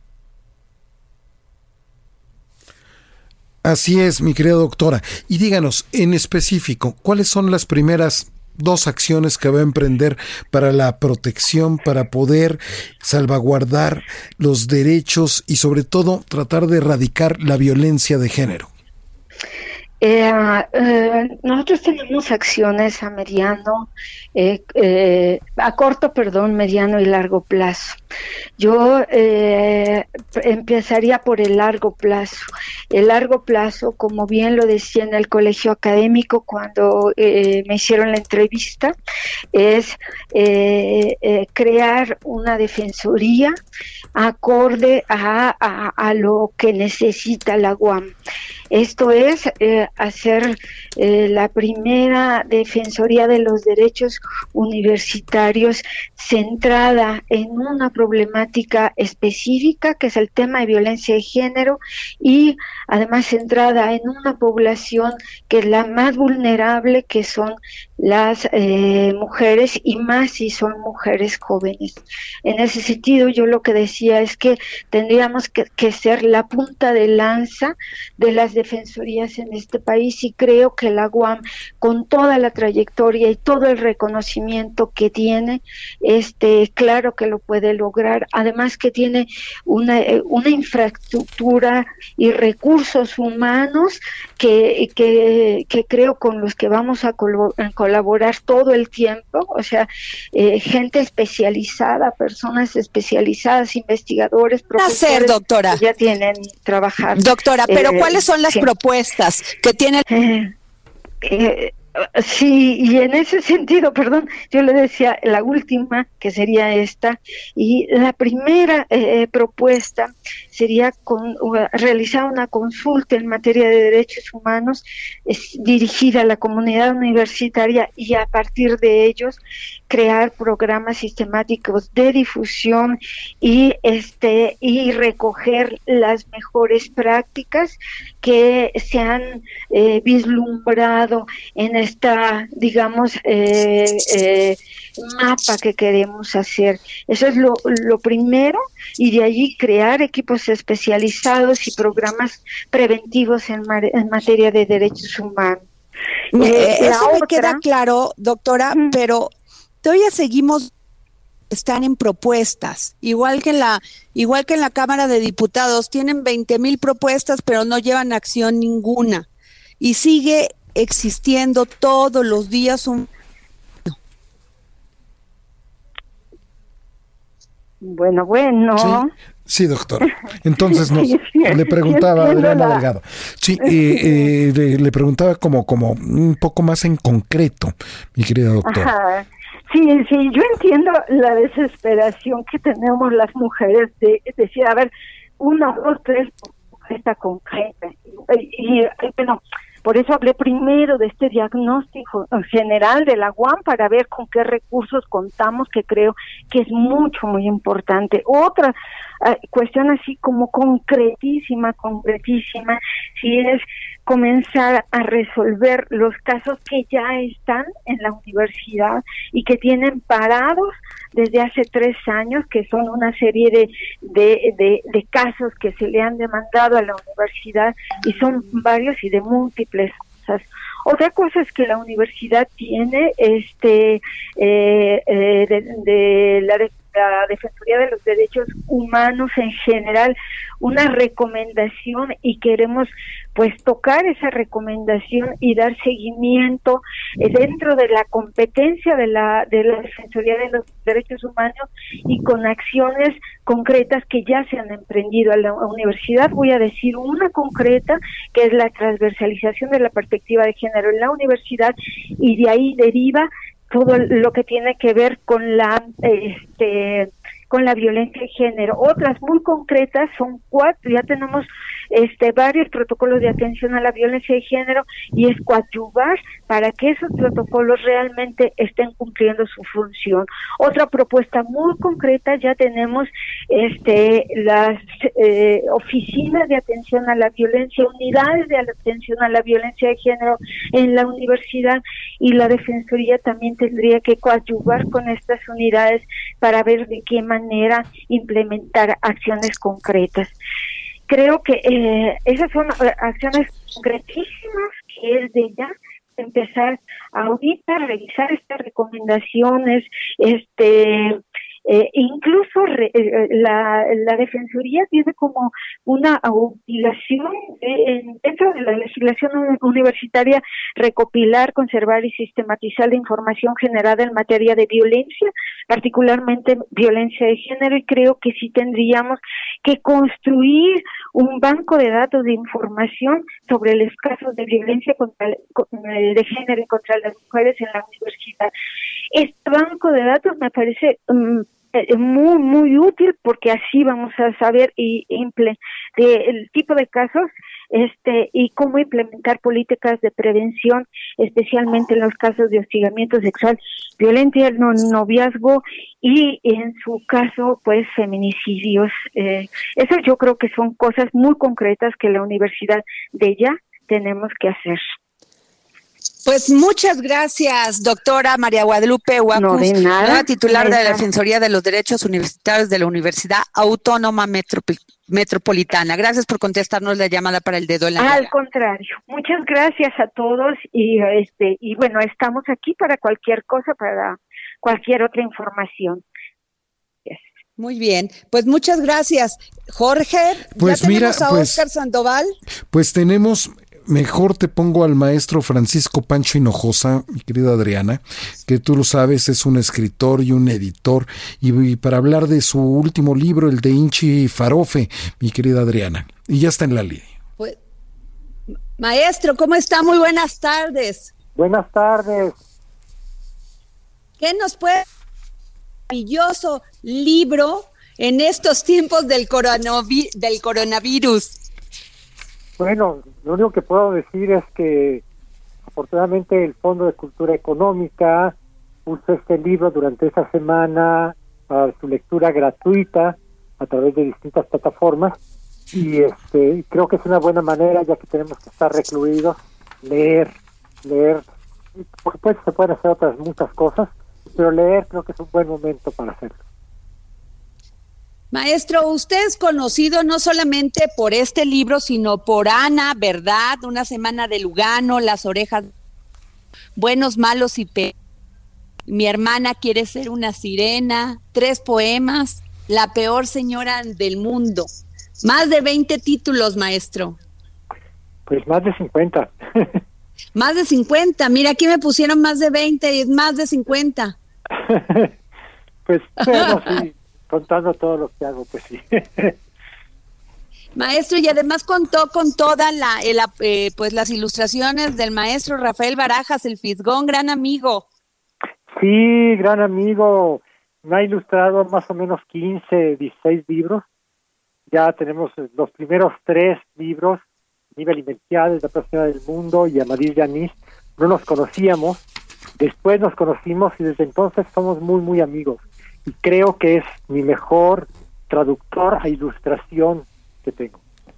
Así es, mi querida doctora. Y díganos, en específico, ¿cuáles son las primeras dos acciones que va a emprender para la protección, para poder salvaguardar los derechos y sobre todo tratar de erradicar la violencia de género? Eh, eh, nosotros tenemos acciones a mediano, eh, eh, a corto, perdón, mediano y largo plazo. Yo eh, empezaría por el largo plazo. El largo plazo, como bien lo decía en el colegio académico cuando eh, me hicieron la entrevista, es eh, eh, crear una defensoría acorde a, a, a lo que necesita la U A M. Esto es eh, hacer eh, la primera defensoría de los derechos universitarios centrada en una problemática específica, que es el tema de violencia de género, y además centrada en una población que es la más vulnerable, que son las eh, mujeres, y más si son mujeres jóvenes. En ese sentido, yo lo que decía es que tendríamos que, que ser la punta de lanza de las defensorías en este país, y creo que la U A M, con toda la trayectoria y todo el reconocimiento que tiene, este, claro que lo puede lograr. Además que tiene una, una infraestructura y recursos humanos que, que, que creo con los que vamos a col- colaborar todo el tiempo, o sea, eh, gente especializada, personas especializadas, investigadores, profesores, hacer, doctora? Que ya tienen trabajar. Doctora, pero eh, ¿cuáles son las sí. propuestas que tiene? Eh, eh, Sí, y en ese sentido, perdón, yo le decía la última, que sería esta, y la primera eh, propuesta sería con, uh, realizar una consulta en materia de derechos humanos es, dirigida a la comunidad universitaria y a partir de ellos crear programas sistemáticos de difusión y este y recoger las mejores prácticas que se han eh, vislumbrado en esta, digamos, eh, eh, mapa que queremos hacer. Eso es lo, lo primero, y de allí crear equipos especializados y programas preventivos en, ma- en materia de derechos humanos. Eh, eh, eso otra, me queda claro, doctora, mm. pero todavía seguimos, están en propuestas, igual que en la, igual que en la Cámara de Diputados, tienen veinte mil propuestas, pero no llevan acción ninguna, y sigue existiendo todos los días un... Bueno, bueno. Sí, sí, doctora. Entonces nos, sí, sí, le preguntaba a Adriana la... Delgado. Sí, eh, eh, le, le preguntaba como, como un poco más en concreto, mi querida doctora. Ajá. Sí, sí, yo entiendo la desesperación que tenemos las mujeres de decir, a ver, una, dos, tres, esta concreta. Y, y bueno, por eso hablé primero de este diagnóstico general de la U A M para ver con qué recursos contamos, que creo que es mucho, muy importante. Otra uh, cuestión así como concretísima, concretísima, si es comenzar a resolver los casos que ya están en la universidad y que tienen parados desde hace tres años, que son una serie de, de, de, de casos que se le han demandado a la universidad, y son varios y de múltiples cosas. Otra cosa es que la universidad tiene este eh, eh, de, de la de, la Defensoría de los Derechos Humanos en general una recomendación, y queremos pues tocar esa recomendación y dar seguimiento eh, dentro de la competencia de la de la Defensoría de los Derechos Humanos y con acciones concretas que ya se han emprendido a la universidad. Voy a decir una concreta, que es la transversalización de la perspectiva de género en la universidad, y de ahí deriva todo lo que tiene que ver con la este con la violencia de género. Otras muy concretas son cuatro, ya tenemos este varios protocolos de atención a la violencia de género, y es coadyuvar para que esos protocolos realmente estén cumpliendo su función. Otra propuesta muy concreta, ya tenemos este las eh, oficinas de atención a la violencia, unidades de atención a la violencia de género en la universidad, y la Defensoría también tendría que coadyuvar con estas unidades para ver de qué manera implementar acciones concretas. Creo que eh, esas son acciones concretísimas que es de ya empezar ahorita a revisar estas recomendaciones, este eh, incluso re, eh, la, la Defensoría tiene como una obligación de, dentro de la legislación universitaria, recopilar, conservar y sistematizar la información generada en materia de violencia, particularmente violencia de género, y creo que sí tendríamos que construir un banco de datos de información sobre los casos de violencia contra de género y contra las mujeres en la universidad. Este banco de datos me parece um, muy muy útil, porque así vamos a saber y imple, de, el tipo de casos este y cómo implementar políticas de prevención, especialmente en los casos de hostigamiento sexual, violencia, no, noviazgo y en su caso pues feminicidios. Eh, eso yo creo que son cosas muy concretas que la universidad de ya tenemos que hacer. Pues muchas gracias, doctora María Guadalupe Huacus, no de nada, nueva titular de de la Defensoría de los Derechos Universitarios de la Universidad Autónoma Metrop- Metropolitana. Gracias por contestarnos la llamada para el dedo en la llaga. Al contrario, muchas gracias a todos, y este y bueno, estamos aquí para cualquier cosa, para cualquier otra información. Yes. Muy bien, pues muchas gracias, Jorge. Pues ya mira, tenemos a pues, Óscar Sandoval. Pues tenemos. Mejor te pongo al maestro Francisco Pancho Hinojosa, mi querida Adriana, que tú lo sabes, es un escritor y un editor, y, y para hablar de su último libro, el de Inchi Farofe, mi querida Adriana, y ya está en la línea. Pues, maestro, ¿cómo está? Muy buenas tardes. Buenas tardes. ¿Qué nos puede maravilloso libro en estos tiempos del, coronavi- del coronavirus? Bueno, lo único que puedo decir es que afortunadamente el Fondo de Cultura Económica puso este libro durante esta semana para su lectura gratuita a través de distintas plataformas y este creo que es una buena manera, ya que tenemos que estar recluidos, leer, leer. Por supuesto se pueden hacer otras muchas cosas, pero leer creo que es un buen momento para hacerlo. Maestro, usted es conocido no solamente por este libro, sino por Ana, ¿verdad? Una semana de Lugano, Las orejas, Buenos, malos y pe... Mi hermana quiere ser una sirena, tres poemas, La peor señora del mundo. Más de veinte títulos, maestro. Pues más de cincuenta. Más de cincuenta. Mira, aquí me pusieron más de veinte y es más de cincuenta. Pues, bueno, sí. Contando todo lo que hago, pues sí. Maestro, y además contó con todas la, el, eh, pues las ilustraciones del maestro Rafael Barajas, el Fisgón, gran amigo. Sí, gran amigo. Me ha ilustrado más o menos quince, dieciséis libros. Ya tenemos los primeros tres libros, Nivel y Melquiades, La peor señora del mundo y Amadís Yanis. No nos conocíamos, después nos conocimos y desde entonces somos muy, muy amigos. Y creo que es mi mejor traductor a ilustración que tengo.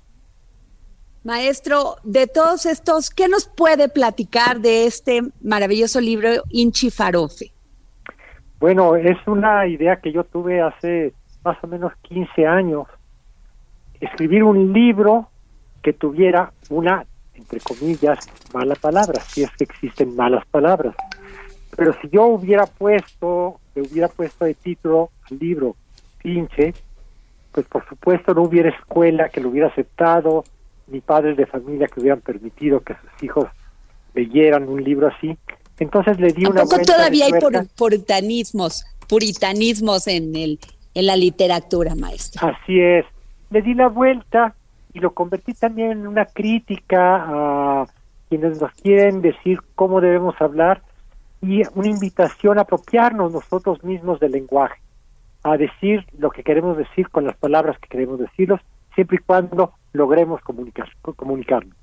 Maestro, de todos estos, ¿qué nos puede platicar de este maravilloso libro Inchi Farofe? Bueno, es una idea que yo tuve hace más o menos quince años. Escribir un libro que tuviera una, entre comillas, mala palabra, si es que existen malas palabras. Pero si yo hubiera puesto, le hubiera puesto de título al libro Pinche, pues por supuesto no hubiera escuela que lo hubiera aceptado, ni padres de familia que hubieran permitido que sus hijos leyeran un libro así. Entonces le di una ¿A poco vuelta todavía hay de pur- tuerca. puritanismos, puritanismos en el en la literatura, maestro? Así es. Le di la vuelta y lo convertí también en una crítica a quienes nos quieren decir cómo debemos hablar y una invitación a apropiarnos nosotros mismos del lenguaje, a decir lo que queremos decir con las palabras que queremos decirlos, siempre y cuando logremos comunicar, comunicarnos.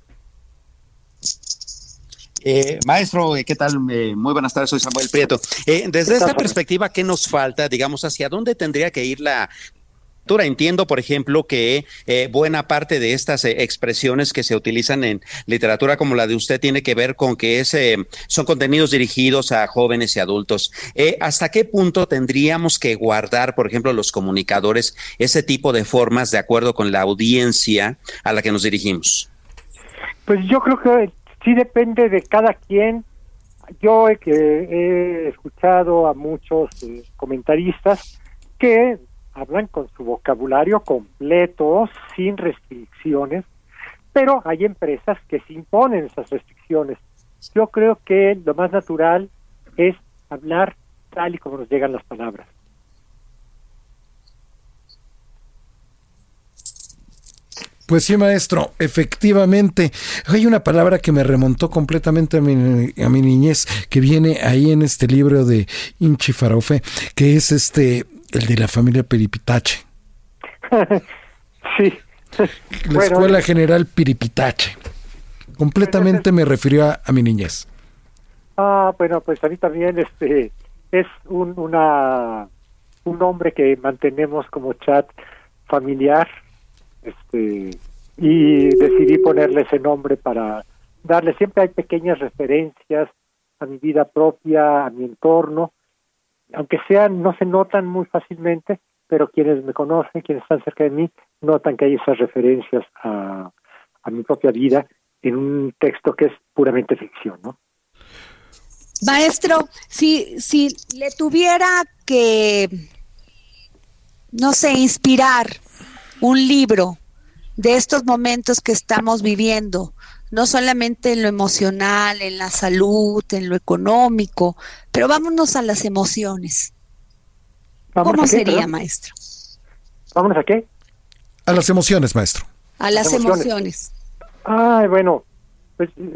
Eh, maestro, ¿qué tal? Eh, muy buenas tardes, soy Samuel Prieto. Eh, desde esta perspectiva, ¿qué nos falta? Digamos, ¿hacia dónde tendría que ir la lectura? Entiendo, por ejemplo, que eh, buena parte de estas eh, expresiones que se utilizan en literatura como la de usted tiene que ver con que es, eh, son contenidos dirigidos a jóvenes y adultos. Eh, ¿Hasta qué punto tendríamos que guardar, por ejemplo, los comunicadores, ese tipo de formas de acuerdo con la audiencia a la que nos dirigimos? Pues yo creo que sí depende de cada quien. Yo he, que he escuchado a muchos eh, comentaristas que hablan con su vocabulario completo, sin restricciones, pero hay empresas que se imponen esas restricciones. Yo creo que lo más natural es hablar tal y como nos llegan las palabras. Pues sí, maestro, efectivamente. Hay una palabra que me remontó completamente a mi, a mi niñez, que viene ahí en este libro de Inchi Farofe, que es este, el de la familia Piripitache. Sí. La Bueno, Escuela General Piripitache. Completamente me refirió a, a mi niñez. Ah, bueno, pues a mí también este es un, una un nombre que mantenemos como chat familiar. Este y decidí ponerle ese nombre para darle, siempre hay pequeñas referencias a mi vida propia, a mi entorno, aunque sean, no se notan muy fácilmente, pero quienes me conocen, quienes están cerca de mí, notan que hay esas referencias a, a mi propia vida en un texto que es puramente ficción, ¿no? Maestro, si, si le tuviera que, no sé, inspirar un libro de estos momentos que estamos viviendo, no solamente en lo emocional, en la salud, en lo económico, pero vámonos a las emociones. ¿Vámonos ¿Cómo a qué, sería, perdón? maestro? ¿Vámonos a qué? A las emociones, maestro. A las Emociones. emociones. Ah, bueno, pues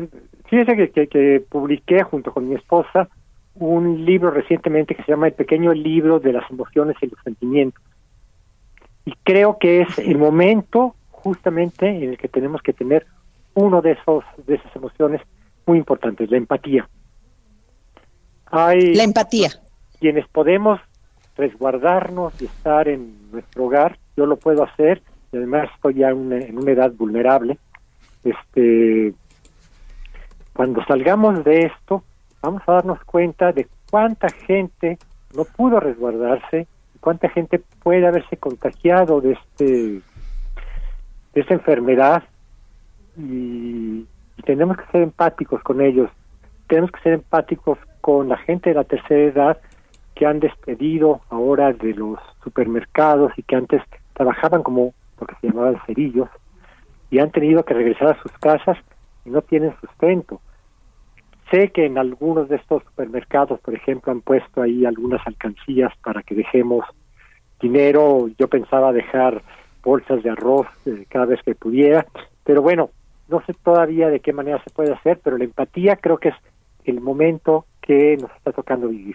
Fíjese que, que, que publiqué junto con mi esposa un libro recientemente que se llama El pequeño libro de las emociones y los sentimientos. Y creo que es el momento justamente en el que tenemos que tener uno de esos de esas emociones muy importantes, la empatía. Hay la empatía. Quienes podemos resguardarnos y estar en nuestro hogar, yo lo puedo hacer, y además estoy ya en una, en una edad vulnerable. Este, cuando salgamos de esto, vamos a darnos cuenta de cuánta gente no pudo resguardarse, y cuánta gente puede haberse contagiado de este de esta enfermedad, y, y tenemos que ser empáticos con ellos. Tenemos que ser empáticos con la gente de la tercera edad que han despedido ahora de los supermercados y que antes trabajaban como lo que se llamaban cerillos y han tenido que regresar a sus casas y no tienen sustento. Sé que en algunos de estos supermercados, por ejemplo, han puesto ahí algunas alcancías para que dejemos dinero. Yo pensaba dejar bolsas de arroz eh, cada vez que pudiera, pero bueno, no sé todavía de qué manera se puede hacer, pero la empatía creo que es el momento que nos está tocando vivir.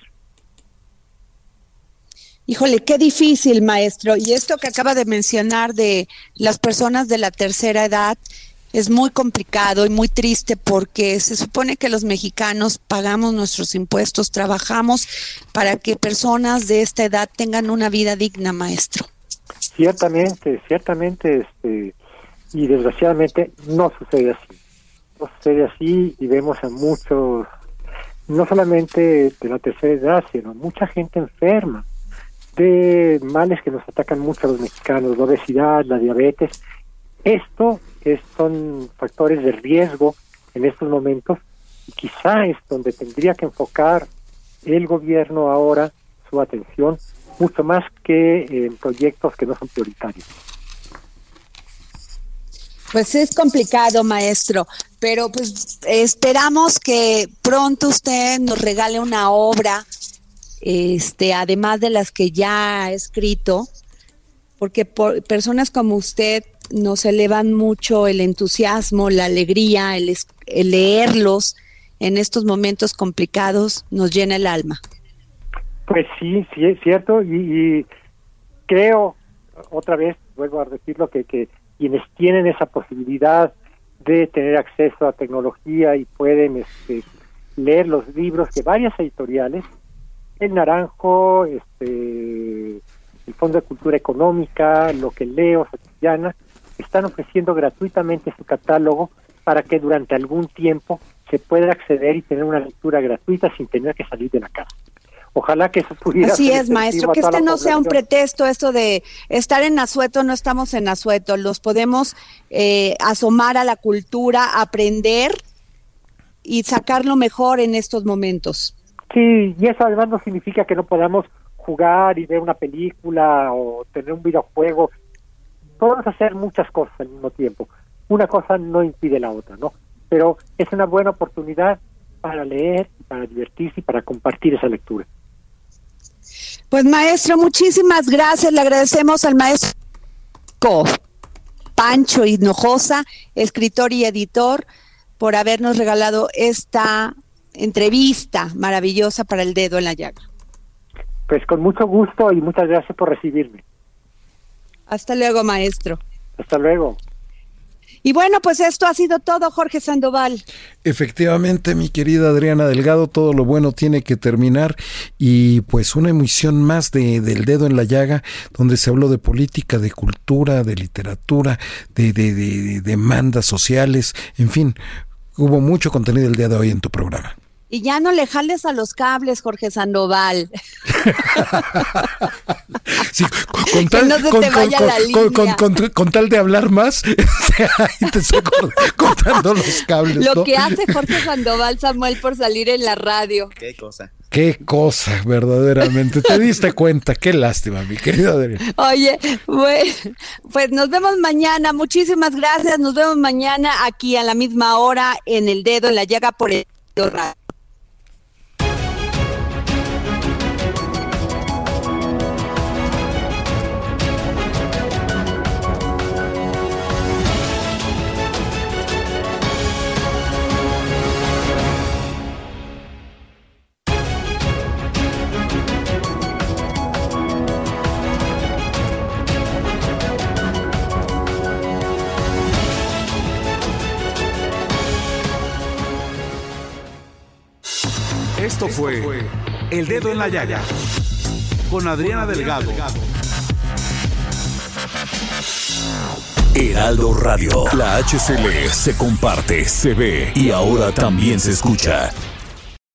Híjole, qué difícil, maestro. Y esto que acaba de mencionar de las personas de la tercera edad es muy complicado y muy triste, porque se supone que los mexicanos pagamos nuestros impuestos, trabajamos para que personas de esta edad tengan una vida digna, maestro. Ciertamente, ciertamente, este, y desgraciadamente no sucede así. No sucede así y vemos a muchos, no solamente de la tercera edad, sino mucha gente enferma de males que nos atacan mucho a los mexicanos, la obesidad, la diabetes. Esto es, son factores de riesgo en estos momentos, y quizá es donde tendría que enfocar el gobierno ahora su atención, mucho más que en proyectos que no son prioritarios. Pues es complicado, maestro, pero pues esperamos que pronto usted nos regale una obra, este, además de las que ya ha escrito, porque por personas como usted nos elevan mucho el entusiasmo, la alegría, el, el leerlos en estos momentos complicados nos llena el alma. Pues sí, sí es cierto, y, y creo, otra vez, vuelvo a decirlo, que, que quienes tienen esa posibilidad de tener acceso a tecnología y pueden este, leer los libros de varias editoriales, El Naranjo, este, el Fondo de Cultura Económica, Lo que Leo, Santillana, están ofreciendo gratuitamente su catálogo para que durante algún tiempo se pueda acceder y tener una lectura gratuita sin tener que salir de la casa. Ojalá que eso pudiera Así ser es, maestro, que este no sea un pretexto, esto de estar en Asueto, no estamos en Asueto, los podemos eh, asomar a la cultura, aprender y sacarlo mejor en estos momentos. Sí, y eso además no significa que no podamos jugar y ver una película o tener un videojuego. Podemos hacer muchas cosas al mismo tiempo. Una cosa no impide la otra, ¿no? Pero es una buena oportunidad para leer, para divertirse y para compartir esa lectura. Pues maestro, muchísimas gracias. Le agradecemos al maestro Pancho Hinojosa, escritor y editor, por habernos regalado esta entrevista maravillosa para El Dedo en la Llaga. Pues con mucho gusto y muchas gracias por recibirme. Hasta luego, maestro. Hasta luego. Y bueno, pues esto ha sido todo, Jorge Sandoval. Efectivamente, mi querida Adriana Delgado, todo lo bueno tiene que terminar, y pues una emisión más de del Dedo en la Llaga, donde se habló de política, de cultura, de literatura, de, de, de, de demandas sociales, en fin, hubo mucho contenido el día de hoy en tu programa. Y ya no le jales a los cables, Jorge Sandoval. Sí, con, con, tal, no con, con, con, con, con tal de hablar más, ahí te estoy cortando los cables. Lo ¿no? que hace Jorge Sandoval, Samuel, por salir en la radio. Qué cosa. Qué cosa, verdaderamente. Te diste cuenta, qué lástima, mi querido Adrián. Oye, bueno, pues nos vemos mañana. Muchísimas gracias. Nos vemos mañana aquí a la misma hora en El Dedo en la Llaga por el radio. Esto fue El Dedo en la Llaga con Adriana Delgado. Heraldo Radio. La H C L se comparte, se ve y ahora también se escucha.